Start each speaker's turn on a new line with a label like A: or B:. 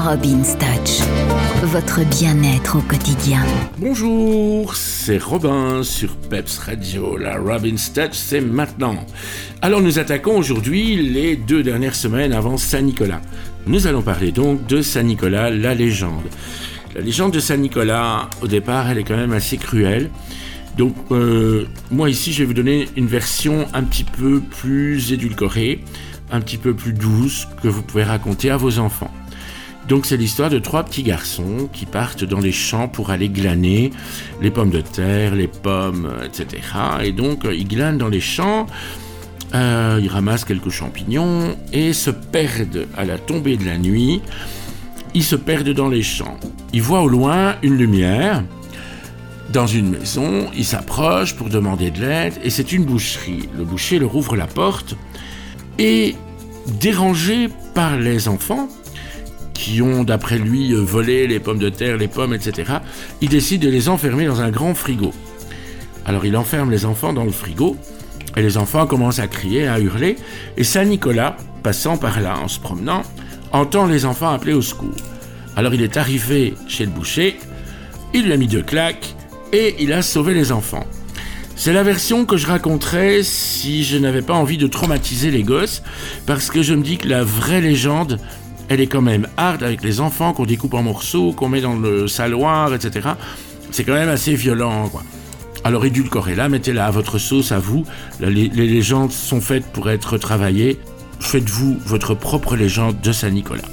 A: Robin's Touch, votre bien-être au quotidien.
B: Bonjour, c'est Robin sur Peps Radio. La Robin's Touch, c'est maintenant. Alors nous attaquons aujourd'hui les 2 dernières semaines avant Saint-Nicolas. Nous allons parler donc de Saint-Nicolas, la légende. La légende de Saint-Nicolas, au départ, elle est quand même assez cruelle. Donc moi ici, je vais vous donner une version un petit peu plus édulcorée, un petit peu plus douce, que vous pouvez raconter à vos enfants. Donc c'est l'histoire de 3 petits garçons qui partent dans les champs pour aller glaner les pommes de terre, les pommes, etc. Et donc ils glanent dans les champs, ils ramassent quelques champignons et se perdent à la tombée de la nuit. Ils se perdent dans les champs. Ils voient au loin une lumière dans une maison. Ils s'approchent pour demander de l'aide et c'est une boucherie. Le boucher leur ouvre la porte et, dérangé par les enfants, qui ont, d'après lui, volé les pommes de terre, les pommes, etc., il décide de les enfermer dans un grand frigo. Alors il enferme les enfants dans le frigo, et les enfants commencent à crier, à hurler, et Saint-Nicolas, passant par là, en se promenant, entend les enfants appeler au secours. Alors il est arrivé chez le boucher, il lui a mis 2 claques, et il a sauvé les enfants. C'est la version que je raconterais si je n'avais pas envie de traumatiser les gosses, parce que je me dis que la vraie légende, elle est quand même hard avec les enfants qu'on découpe en morceaux, qu'on met dans le saloir, etc. C'est quand même assez violent, quoi. Alors édulcorez-la, mettez-la à votre sauce, à vous. Les légendes sont faites pour être travaillées. Faites-vous votre propre légende de Saint-Nicolas.